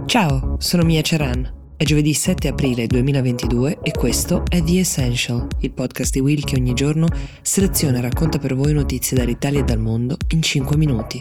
Ciao, sono Mia Ceran. È giovedì 7 aprile 2022 e questo è The Essential, il podcast di Will che ogni giorno seleziona e racconta per voi notizie dall'Italia e dal mondo in 5 minuti.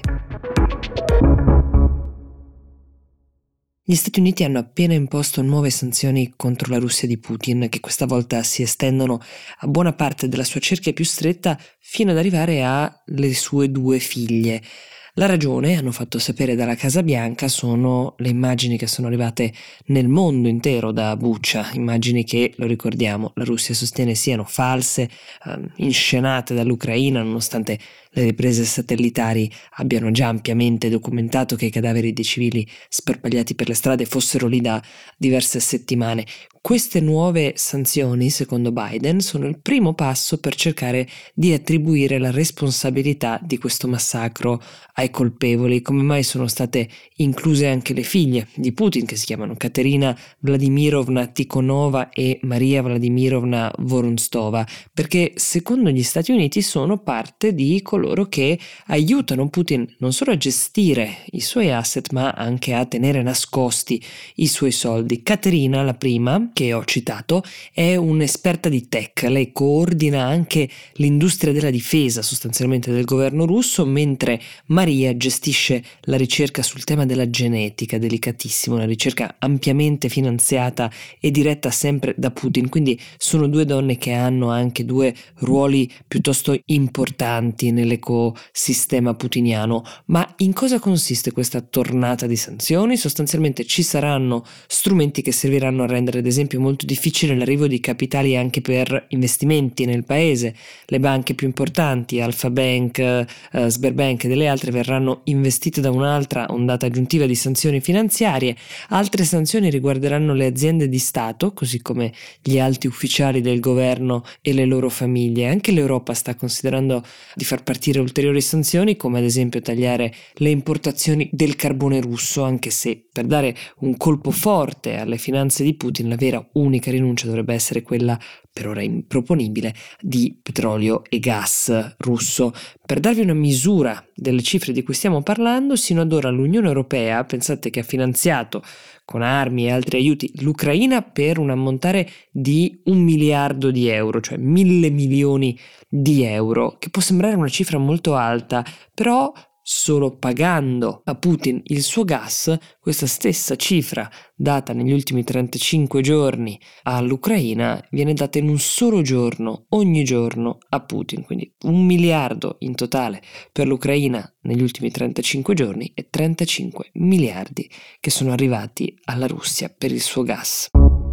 Gli Stati Uniti hanno appena imposto nuove sanzioni contro la Russia di Putin, che questa volta si estendono a buona parte della sua cerchia più stretta fino ad arrivare alle sue 2 figlie. La ragione, hanno fatto sapere dalla Casa Bianca, sono le immagini che sono arrivate nel mondo intero da Bucha, immagini che, lo ricordiamo, la Russia sostiene siano false, inscenate dall'Ucraina, nonostante le riprese satellitari abbiano già ampiamente documentato che i cadaveri dei civili sparpagliati per le strade fossero lì da diverse settimane. Queste nuove sanzioni, secondo Biden, sono il primo passo per cercare di attribuire la responsabilità di questo massacro ai colpevoli. Come mai sono state incluse anche le figlie di Putin, che si chiamano Katerina Vladimirovna Tikhonova e Maria Vladimirovna Vorontsova? Perché secondo gli Stati Uniti sono parte di coloro che aiutano Putin non solo a gestire i suoi asset, ma anche a tenere nascosti i suoi soldi. Katerina, la prima, che ho citato, è un'esperta di tech. Lei coordina anche l'industria della difesa sostanzialmente del governo russo, mentre Maria gestisce la ricerca sul tema della genetica, delicatissimo, una ricerca ampiamente finanziata e diretta sempre da Putin. Quindi sono 2 donne che hanno anche 2 ruoli piuttosto importanti nell'ecosistema putiniano. Ma in cosa consiste questa tornata di sanzioni? Sostanzialmente ci saranno strumenti che serviranno a rendere ad esempio molto difficile l'arrivo di capitali anche per investimenti nel paese. Le banche più importanti, Alfa Bank, Sberbank e delle altre, verranno investite da un'altra ondata aggiuntiva di sanzioni finanziarie. Altre sanzioni riguarderanno le aziende di Stato, così come gli alti ufficiali del governo e le loro famiglie. Anche l'Europa sta considerando di far partire ulteriori sanzioni, come ad esempio tagliare le importazioni del carbone russo, anche se per dare un colpo forte alle finanze di Putin la vera unica rinuncia dovrebbe essere quella, per ora improponibile, di petrolio e gas russo. Per darvi una misura delle cifre di cui stiamo parlando, sino ad ora l'Unione Europea, pensate che ha finanziato con armi e altri aiuti l'Ucraina per un ammontare di 1 miliardo di euro, cioè 1.000 milioni di euro, che può sembrare una cifra molto alta, però solo pagando a Putin il suo gas, questa stessa cifra data negli ultimi 35 giorni all'Ucraina viene data in un solo giorno, ogni giorno a Putin. Quindi 1 miliardo in totale per l'Ucraina negli ultimi 35 giorni e 35 miliardi che sono arrivati alla Russia per il suo gas.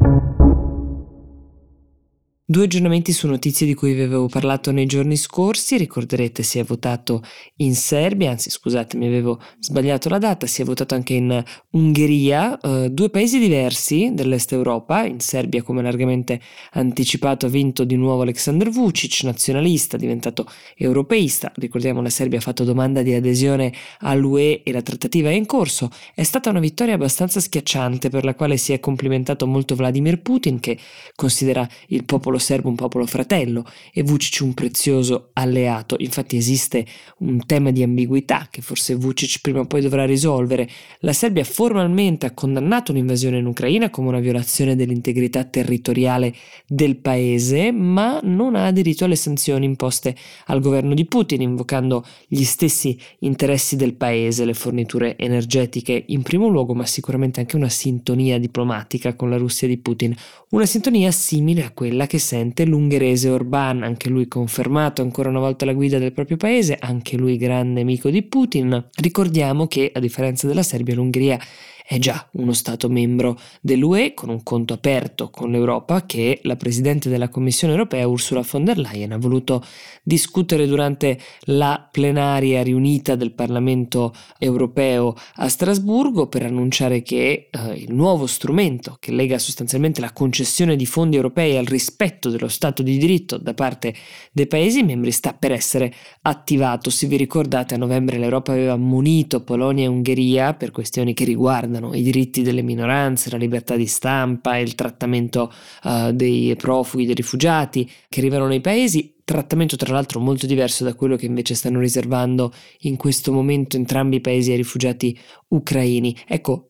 2 aggiornamenti su notizie di cui vi avevo parlato nei giorni scorsi. Ricorderete, si è votato in Serbia, anzi scusatemi, avevo sbagliato la data, si è votato anche in Ungheria, 2 paesi diversi dell'Est Europa. In Serbia, come largamente anticipato, ha vinto di nuovo Aleksandar Vučić, nazionalista, diventato europeista. Ricordiamo, la Serbia ha fatto domanda di adesione all'UE e la trattativa è in corso. È stata una vittoria abbastanza schiacciante, per la quale si è complimentato molto Vladimir Putin, che considera il popolo serbo un popolo fratello e Vučić un prezioso alleato. Infatti esiste un tema di ambiguità che forse Vučić prima o poi dovrà risolvere. La Serbia formalmente ha condannato un'invasione in Ucraina come una violazione dell'integrità territoriale del paese, ma non ha aderito alle sanzioni imposte al governo di Putin, invocando gli stessi interessi del paese, le forniture energetiche in primo luogo, ma sicuramente anche una sintonia diplomatica con la Russia di Putin, una sintonia simile a quella che sente l'ungherese Orbán, anche lui confermato ancora una volta alla guida del proprio paese, anche lui grande amico di Putin. Ricordiamo che, a differenza della Serbia, l'Ungheria è già uno Stato membro dell'UE con un conto aperto con l'Europa che la Presidente della Commissione europea Ursula von der Leyen ha voluto discutere durante la plenaria riunita del Parlamento europeo a Strasburgo per annunciare che il nuovo strumento che lega sostanzialmente la concessione di fondi europei al rispetto dello Stato di diritto da parte dei Paesi membri sta per essere attivato. Se vi ricordate, a novembre l'Europa aveva ammonito Polonia e Ungheria per questioni che riguardano i diritti delle minoranze, la libertà di stampa e il trattamento dei profughi, dei rifugiati che arrivano nei paesi. Trattamento tra l'altro molto diverso da quello che invece stanno riservando in questo momento entrambi i paesi ai rifugiati ucraini. Ecco,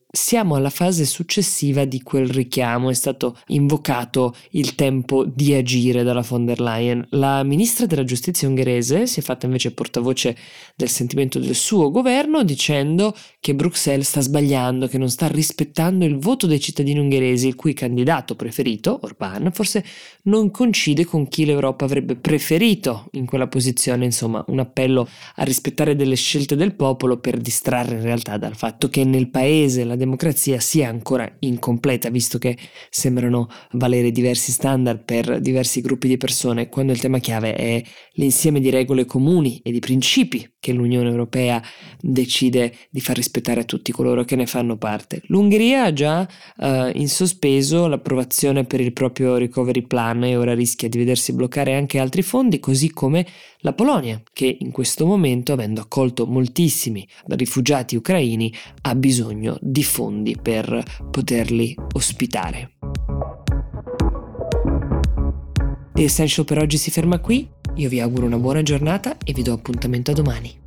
siamo alla fase successiva di quel richiamo, è stato invocato il tempo di agire dalla von der Leyen. La ministra della giustizia ungherese si è fatta invece portavoce del sentimento del suo governo, dicendo che Bruxelles sta sbagliando, che non sta rispettando il voto dei cittadini ungheresi, il cui candidato preferito, Orbán, forse non coincide con chi l'Europa avrebbe preferito in quella posizione. Insomma, un appello a rispettare delle scelte del popolo per distrarre in realtà dal fatto che nel paese la democrazia sia ancora incompleta, visto che sembrano valere diversi standard per diversi gruppi di persone, quando il tema chiave è l'insieme di regole comuni e di principi che l'Unione Europea decide di far rispettare a tutti coloro che ne fanno parte. L'Ungheria ha già in sospeso l'approvazione per il proprio recovery plan e ora rischia di vedersi bloccare anche altri fondi, così come la Polonia, che in questo momento, avendo accolto moltissimi rifugiati ucraini, ha bisogno di fondi per poterli ospitare. The Essential per oggi si ferma qui, io vi auguro una buona giornata e vi do appuntamento a domani.